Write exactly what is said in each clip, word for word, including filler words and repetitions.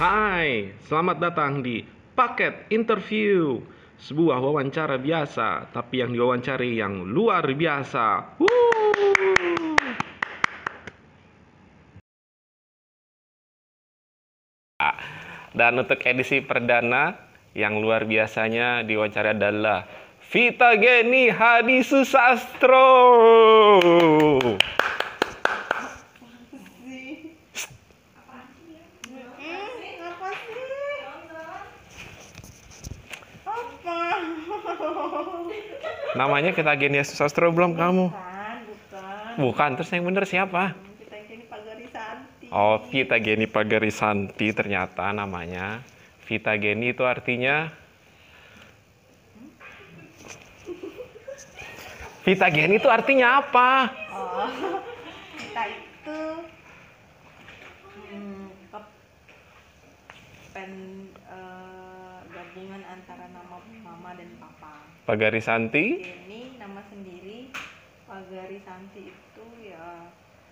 Hai, selamat datang di Paket Interview. Sebuah wawancara biasa, tapi yang diwawancari yang luar biasa. Wuh. Dan untuk edisi perdana, yang luar biasanya diwawancara adalah Vita Geni Hadisusastro. Namanya Vita Geni Hadisusastro belum kamu? Bukan, bukan. Bukan, terus yang bener siapa? Kita ini Pagarisanti. Oh, Vita Geni Pagarisanti ternyata namanya. Vita Geni itu artinya Vita Geni itu artinya apa? Oh, kita itu hmm, kep- pen eh, gabungan antara nama mama dan papa. Pagarisanti? Geni nama sendiri, Pagarisanti itu ya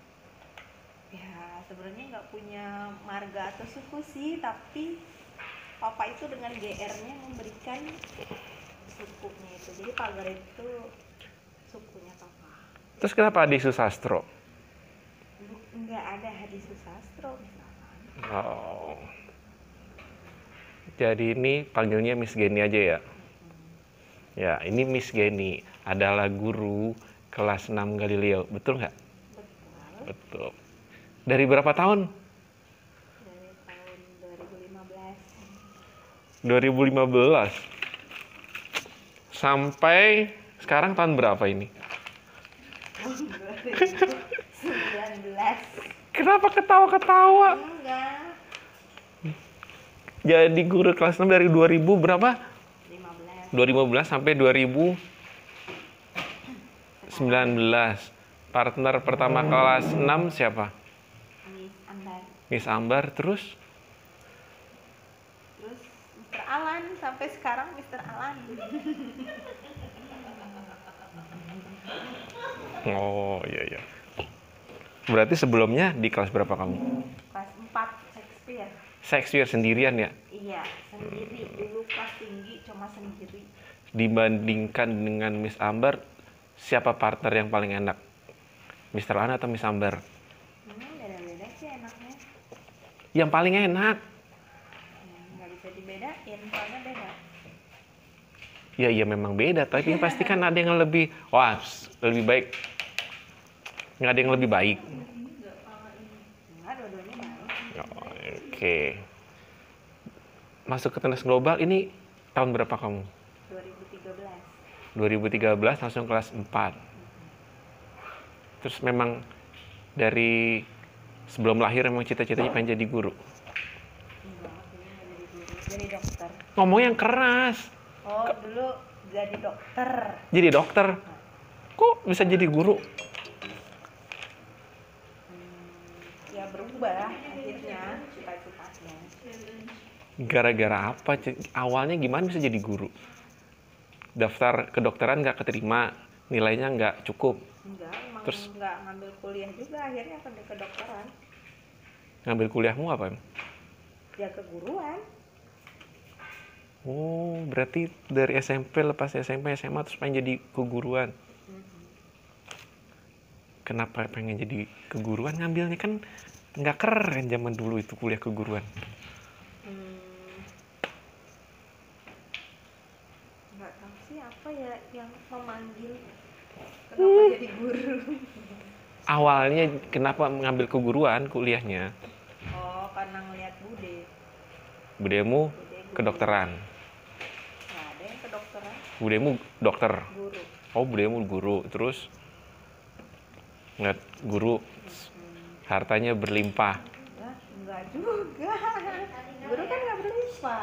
ya sebenarnya nggak punya marga atau suku sih, tapi papa itu dengan G R-nya memberikan sukunya itu. Jadi Pagar itu sukunya papa. Terus kenapa Hadisusastro? Nggak ada Hadisusastro misalkan. Oh. Jadi ini panggilnya Miss Geni aja ya? Ya, ini Miss Geni adalah guru kelas enam Galileo, betul nggak? Betul. Betul. Dari berapa tahun? Dari tahun dua ribu lima belas. dua ribu lima belas. Sampai sekarang tahun berapa ini? dua ribu sembilan belas. Kenapa ketawa-ketawa? Enggak. Jadi guru kelas enam dari dua ribu berapa? lima belas. dua ribu lima belas sampai dua ribu sembilan belas. Partner pertama kelas enam siapa? Miss Ambar. Miss Ambar, terus? Terus Mister Alan sampai sekarang Mister Alan. Oh iya iya. Berarti sebelumnya di kelas berapa kamu? Kelas empat Shakespeare. Shakespeare sendirian ya? Iya, sendiri. Dulu kelas tinggi cuma sendiri. Dibandingkan dengan Miss Ambar, siapa partner yang paling enak? Mister Alan atau Miss Ambar? Hmm, beda-beda sih enaknya. Yang paling enak? Hmm, nggak bisa dibedain, soalnya beda. Ya iya memang beda, tapi pasti kan ada yang lebih, wah lebih baik. Nggak ada yang lebih baik. Enggak, dua-duanya baik. Oh, oke. Masuk ke tenis global ini tahun berapa kamu? dua ribu tiga belas. dua ribu tiga belas langsung kelas empat. Terus memang dari sebelum lahir memang cita-citanya pengen jadi guru. Enggak, dulu nggak jadi guru, jadi dokter. Ngomong yang keras. Oh, dulu jadi dokter. Jadi dokter. Kok bisa jadi guru? Hmm, ya berubah akhirnya cita-citanya. Gara-gara apa? Awalnya gimana bisa jadi guru? Daftar kedokteran nggak keterima, nilainya nggak cukup. Enggak, emang Terus? nggak ngambil kuliah juga, akhirnya ke kedokteran. Ngambil kuliahmu apa? Ya keguruan. Oh, berarti dari S M P, lepas S M P, S M A terus pengen jadi keguruan. Kenapa pengen jadi keguruan? Ngambilnya kan nggak keren zaman dulu itu kuliah keguruan. Hmm, nggak tahu sih apa ya yang memanggil kenapa jadi guru. Awalnya kenapa mengambil keguruan kuliahnya? Oh, karena ngeliat bude. Budemu Bude guru. kedokteran. Nggak ada yang kedokteran, Budemu dokter. guru. Oh, budemu guru. Terus ngeliat guru hartanya berlimpah. Nah, enggak juga. Guru kan nggak berlimpah.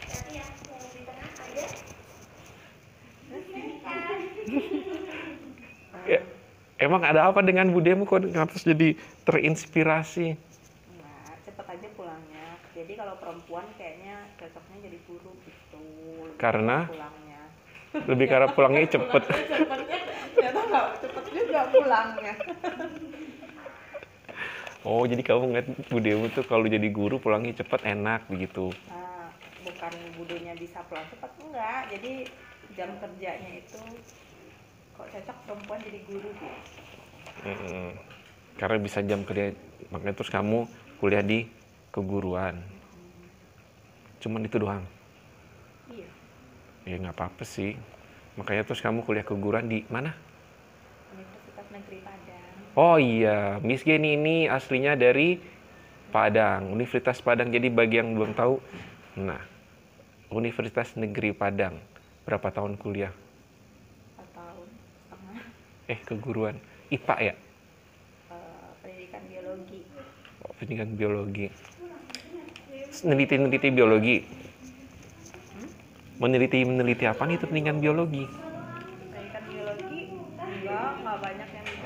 Ya, emang ada apa dengan budemu kok harus jadi terinspirasi? Nah, cepet aja pulangnya. Jadi kalau perempuan kayaknya cocoknya jadi guru gitu. Lebih Karena? cepet pulangnya. Lebih karena pulangnya cepet. Cepetnya ternyata nggak cepet juga pulangnya. Oh, jadi kamu ngeliat budemu tuh kalau jadi guru pulangnya cepet enak begitu. Nah, bukan budenya bisa pulang cepat enggak, jadi jam kerjanya itu kok cocok perempuan jadi guru gitu. Mm-mm. Karena bisa jam kerja, makanya terus kamu kuliah di keguruan. Cuman itu doang. Iya, Ya nggak apa-apa sih. Makanya terus kamu kuliah keguruan di mana? Universitas Negeri Padang. Oh iya, Miss Geni ini aslinya dari Padang, Universitas Padang. Jadi bagi yang belum tahu, nah, Universitas Negeri Padang. Berapa tahun kuliah? Empat tahun setengah. Eh, keguruan. I P A ya? Eh, pendidikan biologi. Oh, pendidikan biologi. Meneliti-meneliti biologi. Hmm? Meneliti-meneliti apa nih itu pendidikan biologi? Pendidikan biologi enggak, enggak banyak yang bisa.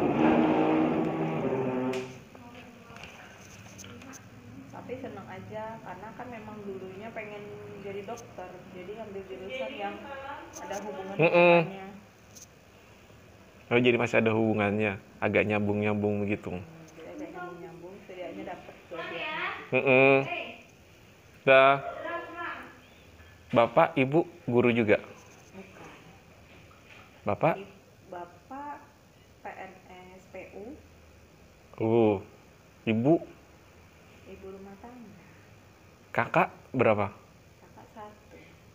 Tapi seneng aja karena kan memang dulunya pengen jadi dokter, jadi ambil jurusan yang ada hubungan Mm-mm. hubungannya. Oh, jadi masih ada hubungannya, agak nyambung-nyambung begitu. Hmm, jadi agak nyambung nyambung, setidaknya dapat dua-duanya. Mm-mm. Dah, bapak, ibu, guru juga. Bukan. Bapak, I- Bapak P N S P U, uh, ibu, ibu rumah tangga, kakak berapa? kakak satu.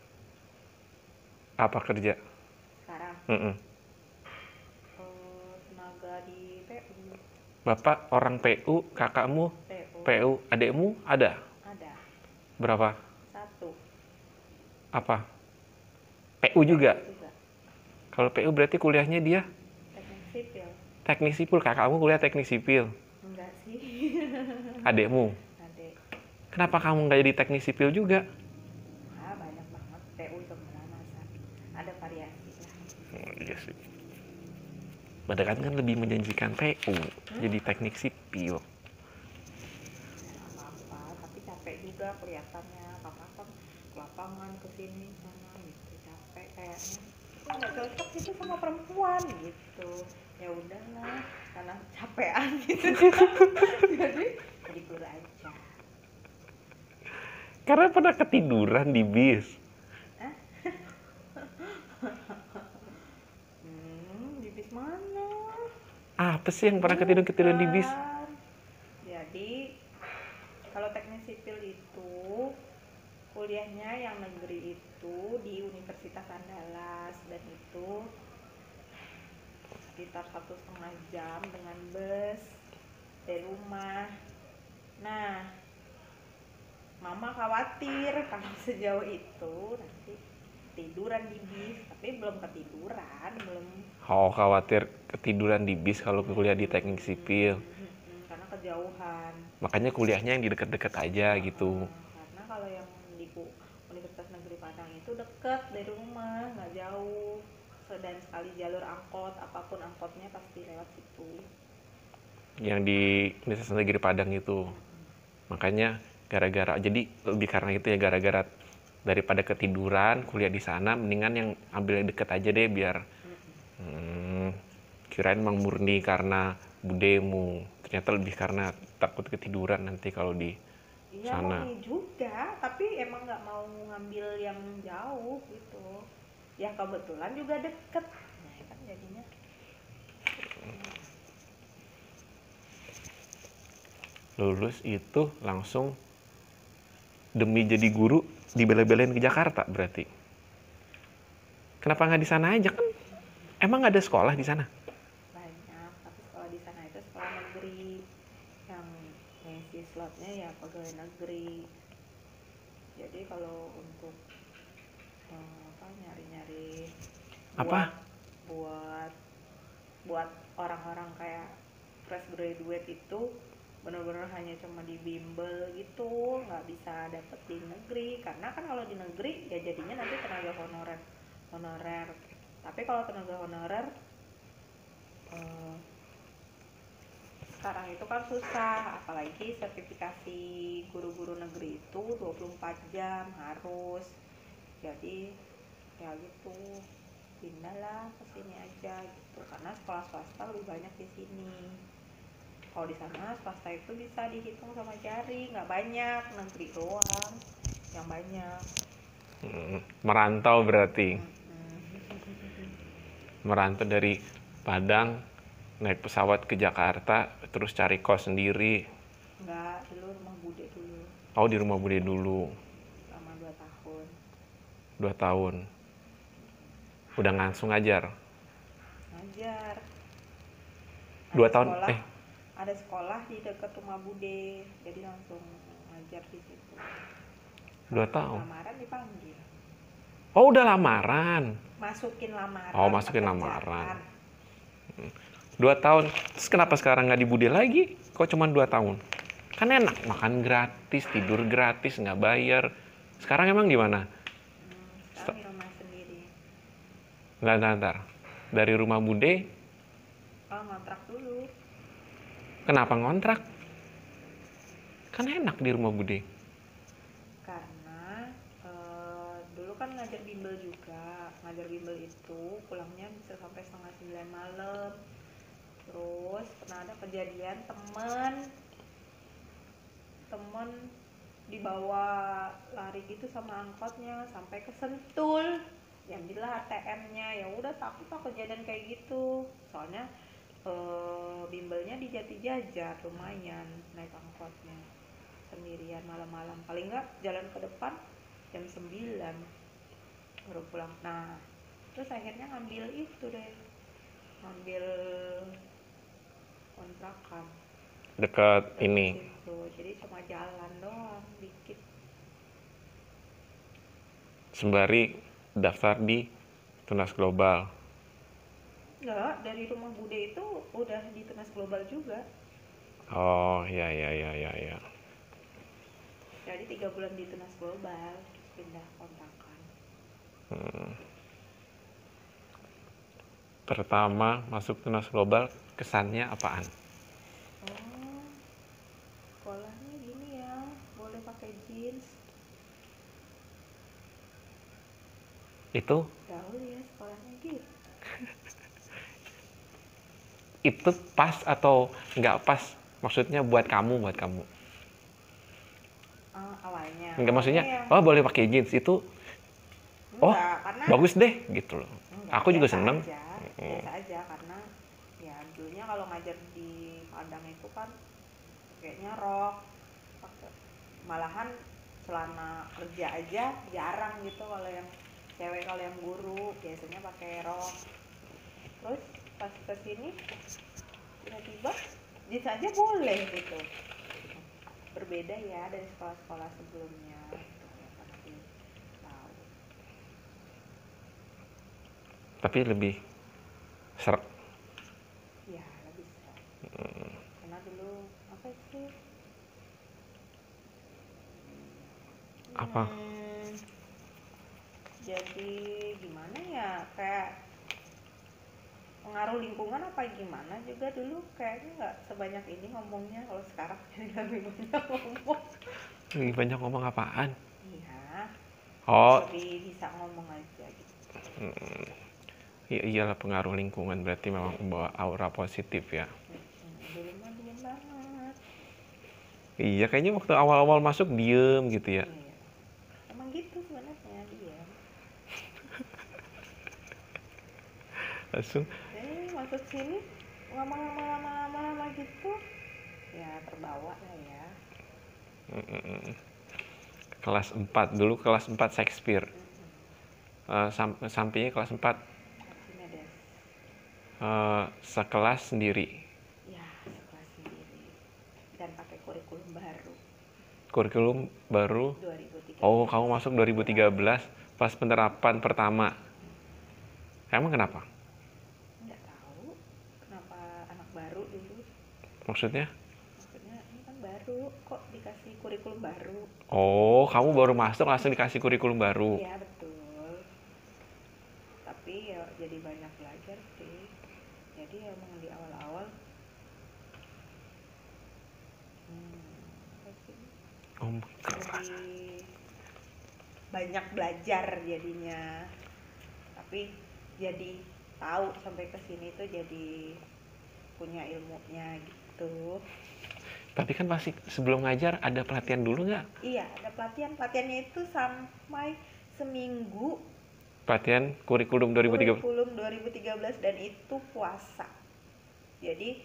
Apa kerja? Sekarang Mm-mm. eh, tenaga di P U, Bapak orang P U, kakakmu P U P U, adekmu ada? ada Berapa? satu. Apa? P U juga? Juga Kalau P U berarti kuliahnya dia teknik sipil. teknik sipil, kakakmu kuliah teknik sipil. Enggak sih. Adekmu, Adik. kenapa kamu nggak jadi teknik sipil juga? Ah, banyak banget P U semua masa. Ada variasi lah. Oh, iya sih. Padahal kan lebih menjanjikan P U, jadi teknik sipil. Nggak apa-apa, tapi capek juga kelihatannya. Kakak kan ke lapangan ke sini sana gitu, capek kayaknya. Nggak cocok itu sama perempuan gitu. Ya udahlah, karena capean gitu. Jadi jadi guru aja. Karena pernah ketiduran di bis. Hmm, di bis mana? Apa sih yang pernah ketiduran-ketiduran di bis? Bukan. Jadi kalau teknik sipil itu kuliahnya yang negeri itu di Universitas Andalas, dan itu sekitar satu setengah jam dengan bus dari rumah. Nah, mama khawatir kalau sejauh itu nanti tiduran di bis, tapi belum ketiduran, belum. Oh, khawatir ketiduran di bis kalau kuliah di teknik sipil. Hmm, karena kejauhan. Makanya kuliahnya yang di deket-deket aja gitu. Nah, karena kalau yang di Ku- Universitas Negeri Padang itu deket dari rumah, nggak jauh. So, dan sekali jalur angkot, apapun angkotnya pasti lewat situ. Yang di Universitas Negeri Padang itu. Makanya gara-gara, jadi lebih karena itu ya, gara-gara daripada ketiduran kuliah di sana, mendingan yang ambil yang deket aja deh biar. Hmm, kirain emang murni karena budemu, ternyata lebih karena takut ketiduran nanti kalau di Iya, sana. mau juga, tapi emang nggak mau ngambil yang jauh gitu. Ya kebetulan juga deket, nah kan jadinya. Lulus itu langsung demi jadi guru dibela-belain ke Jakarta berarti. Kenapa nggak di sana aja kan? Emang nggak ada sekolah di sana? Banyak, tapi sekolah di sana itu sekolah negeri yang ngisi slotnya ya pegawai negeri. Jadi kalau untuk eh, apa nyari-nyari Apa? buat buat buat orang-orang kayak fresh graduate itu benar-benar hanya cuma di bimbel gitu, nggak bisa dapet di negeri. Karena kan kalau di negeri ya jadinya nanti tenaga honorer honorer. Tapi kalau tenaga honorer eh, sekarang itu kan susah, apalagi sertifikasi guru-guru negeri itu dua puluh empat jam harus. Jadi ya gitu, pindahlah ke sini aja gitu, karena sekolah swasta lebih banyak di sini. Kalau di sana swasta itu bisa dihitung sama jari, nggak banyak, negeri doang yang banyak. Hmm, merantau berarti. Mm-mm. Merantau dari Padang naik pesawat ke Jakarta terus cari kos sendiri. Nggak, dulu rumah bude dulu Oh, di rumah bude dulu. selama dua tahun. Dua tahun udah langsung ngajar. Ngajar. Dua Ada tahun sekolah, eh ada sekolah di dekat rumah bude, jadi langsung ngajar di situ. dua Pas tahun lamaran dipanggil. Oh, udah lamaran. Masukin lamaran. Oh, masukin pekerjaan. lamaran. Dua tahun. Terus kenapa sekarang nggak di bude lagi? Kok cuma dua tahun? Kan enak, makan gratis, tidur gratis, nggak bayar. Sekarang emang gimana? Hmm, sekarang di rumah sendiri. Nggak, ntar, ntar. Dari rumah bude, Oh, ngontrak dulu. kenapa ngontrak? Kan enak di rumah bude. Karena eh, dulu kan ngajar bimbel juga. Ngajar bimbel itu pulangnya bisa sampai setengah sembilan malam. Terus pernah ada kejadian temen temen dibawa lari gitu sama angkotnya sampai ke Sentul, diambillah A T M-nya. Ya udah, takut lah kejadian kayak gitu, soalnya eh, bimbelnya di Jati Jajar, lumayan naik angkotnya sendirian malam-malam, paling nggak jalan ke depan jam sembilan baru pulang. Nah, terus akhirnya ngambil itu deh, ngambil kontrakan Dekat dekat ini. situ, jadi cuma jalan doang dikit. Sembari daftar di Tunas Global. Enggak, dari rumah bude itu udah di Tunas Global juga. Oh, ya, ya, ya, ya, ya. Jadi tiga bulan di Tunas Global, terus pindah kontrakan. Hmm. Pertama masuk Tunas Global, kesannya apaan? Oh, sekolahnya gini ya, boleh pakai jeans. Itu Gaul ya sekolahnya gitu. itu pas atau nggak pas? Maksudnya buat kamu, buat kamu. Ah, awalnya. Nggak, maksudnya, Awalnya ya, oh boleh pakai jeans itu, oh enggak, karena bagus deh gitu loh. enggak, Aku juga biasa seneng. aja, biasa aja karena ya dulunya kalau ngajar di Padang itu kan kayaknya rok, pakai, malahan celana kerja aja jarang gitu kalau yang cewek. Kalau yang guru biasanya pakai rok. Terus pas kesini tiba-tiba jeans aja boleh gitu. Berbeda ya dari sekolah-sekolah sebelumnya gitu, yang pernah tahu. Tapi lebih serak. Ya lebih serak. Karena dulu apa sih, Apa? hmm, jadi gimana ya, kayak pengaruh lingkungan apa gimana juga dulu kayaknya nggak sebanyak ini ngomongnya. Kalau sekarang jadi lebih banyak ngomong. Lebih banyak ngomong apaan? Iya, Oh, lebih bisa ngomong aja gitu. iya, iyalah, pengaruh lingkungan berarti memang membawa aura positif ya. Hmm, dulu mah diem banget. Iya, kayaknya waktu awal-awal masuk diem gitu ya. Iya, emang gitu sebenarnya dia. Langsung Eh masuk sini ngomong lama-lama gitu, ya terbawa lah ya. kelas empat dulu, kelas empat Shakespeare. Mm-mm. Eh, sam- sampingnya kelas empat Artinya des, eh, sekelas sendiri. ya sekelas sendiri dan pakai kurikulum baru Kurikulum baru. dua ribu tiga belas. Oh, kamu masuk dua ribu tiga belas pas penerapan pertama. Emang kenapa? Nggak tahu kenapa anak baru dulu. Maksudnya? Maksudnya ini kan baru, kok dikasih kurikulum baru. Oh, kamu baru masuk langsung dikasih kurikulum baru. Iya betul, tapi ya jadi banyak belajar sih. Jadi emang di awal-awal hmm, apa sih, Oh my God. lebih banyak belajar jadinya. Tapi jadi tahu sampai ke sini tuh jadi punya ilmunya gitu. Tapi kan pasti sebelum ngajar ada pelatihan dulu nggak? Iya, ada pelatihan. Pelatihannya itu sampai seminggu. Pelatihan kurikulum dua ribu tiga belas. Kurikulum dua ribu tiga belas dan itu puasa. Jadi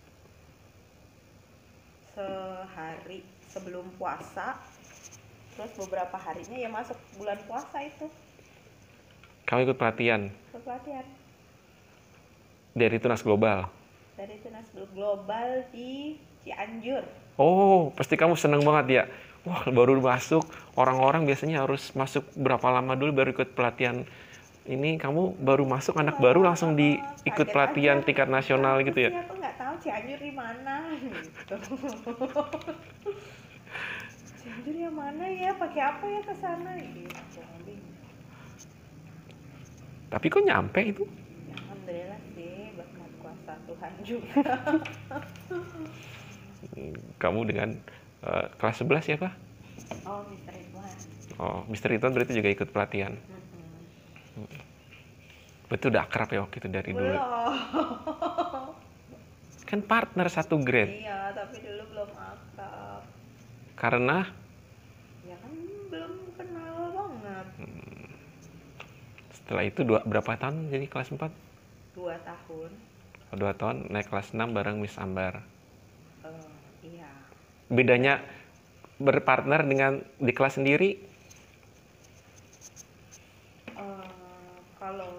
sehari sebelum puasa, terus beberapa harinya ya masuk bulan puasa itu. Kamu ikut pelatihan Ikut pelatihan dari Tunas Global. dari Tunas Global di Cianjur. Oh, pasti kamu seneng banget ya. Wah, baru masuk, orang-orang biasanya harus masuk berapa lama dulu baru ikut pelatihan. Ini kamu baru masuk, anak baru langsung diikut pelatihan tingkat nasional gitu ya? Iya, aku nggak tahu Cianjur di mana gitu. Cianjur yang mana ya? Pakai apa ya ke sana gitu. Tapi kok nyampe itu? Ya, alhamdulillah sih, berkat kuasa Tuhan juga. Kamu dengan uh, kelas sebelas ya, Pak? Oh, Mister Ridwan. Oh, Mister Ridwan berarti juga ikut pelatihan. Mm-hmm. Betul udah akrab ya waktu itu dari dulu. Belum. Kan partner satu grade. Iya, tapi dulu belum akrab. Karena Ya kan belum kenal banget. setelah itu dua, berapa tahun jadi kelas empat? Dua tahun. Oh, dua tahun naik kelas enam bareng Miss Ambar. Uh, iya. Bedanya berpartner dengan di kelas sendiri? Uh, kalau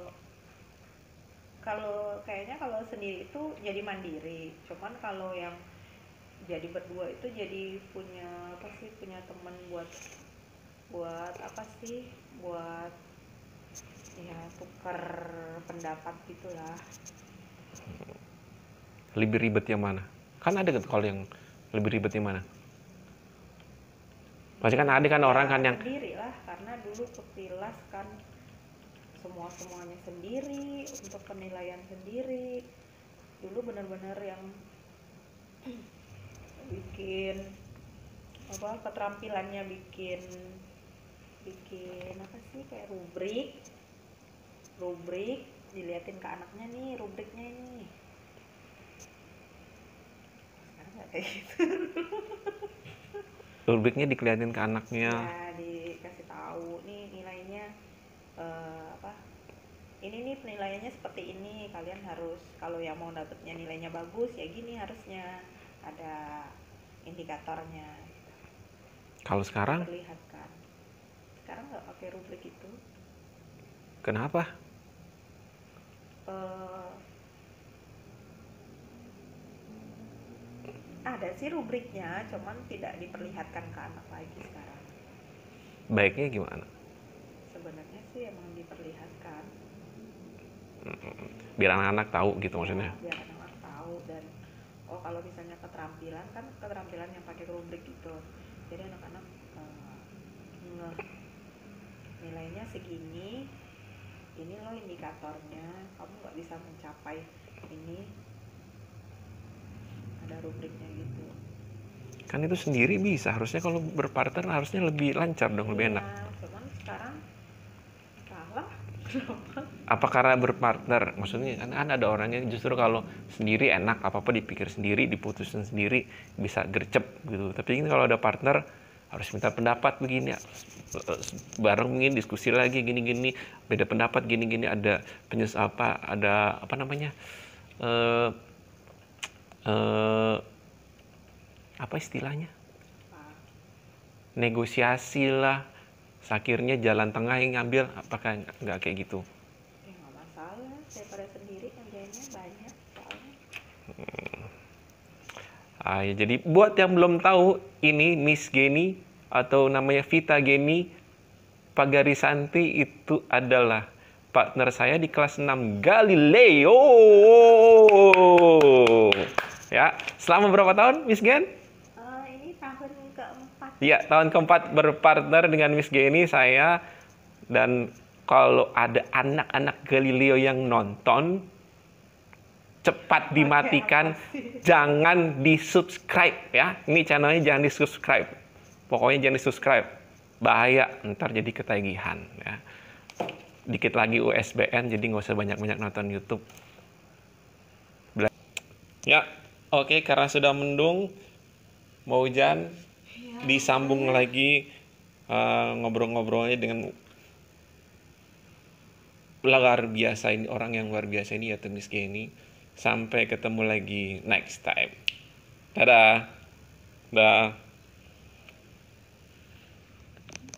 kalau kayaknya kalau sendiri itu jadi mandiri. Cuman kalau yang jadi berdua itu jadi punya apa sih? Punya teman buat buat apa sih? Buat ya tukar pendapat gitulah. Lebih ribet yang mana? Kan ada kan kalau yang lebih ribet yang mana? Pasti kan ada kan orang kan yang sendiri lah, karena dulu kepilas kan semua semuanya sendiri, untuk penilaian sendiri. Dulu benar-benar yang bikin apa keterampilannya bikin bikin apa sih kayak rubrik rubrik diliatin ke anaknya nih rubriknya ini. Sekarang nggak kayak gitu. rubriknya dikeliatin ke anaknya. Ya dikasih tahu nih nilainya uh, apa ini nih penilaiannya seperti ini, kalian harus kalau yang mau dapetnya nilainya bagus ya gini harusnya ada indikatornya. Kalau sekarang? Perlihatkan. Sekarang nggak pakai rubrik itu. Kenapa? Uh, ada sih rubriknya, cuman tidak diperlihatkan ke anak lagi sekarang. Baiknya gimana? Sebenarnya sih emang diperlihatkan. Biar anak-anak tahu gitu Ya, maksudnya. biar anak-anak tahu dan oh kalau misalnya keterampilan kan keterampilan yang pakai rubrik gitu. Jadi anak-anak uh, ngeh nilainya segini, ini loh indikatornya, kamu nggak bisa mencapai ini, ada rubriknya gitu. Kan itu sendiri bisa, harusnya kalau berpartner harusnya lebih lancar dong, Ya, lebih enak. cuman sekarang salah. Apa karena berpartner? Maksudnya kan ada orangnya justru kalau sendiri enak, apa-apa dipikir sendiri, diputusin sendiri, bisa gercep gitu. Tapi ini kalau ada partner harus minta pendapat begini, bareng mungkin diskusi lagi gini-gini, beda pendapat gini-gini, ada penyes apa, ada apa namanya, uh, uh, apa istilahnya, negosiasi lah, akhirnya jalan tengah yang ngambil, apakah nggak kayak gitu? Ya nggak masalah, daripada sendiri kerjanya banyak soalnya. Hmm. Ah, ya, jadi buat yang belum tahu, ini Miss Geni atau namanya Vita Geni Pagarisanti itu adalah partner saya di kelas enam Galileo. Ya, selama berapa tahun Miss Gen? Uh, ini tahun keempat. Iya, tahun keempat berpartner dengan Miss Geni saya. Dan kalau ada anak-anak Galileo yang nonton, cepat dimatikan, jangan di-subscribe ya. Ini channelnya jangan di-subscribe. Pokoknya jangan di-subscribe. Bahaya, ntar jadi ketagihan ya. Dikit lagi U S B N, jadi nggak usah banyak-banyak nonton YouTube. Ya, oke, karena sudah mendung, mau hujan, Ya, disambung pokoknya lagi eh, ngobrol-ngobrolnya dengan luar biasa ini, orang yang luar biasa ini ya Miss Geni. Sampai ketemu lagi next time. Dadah. Dah.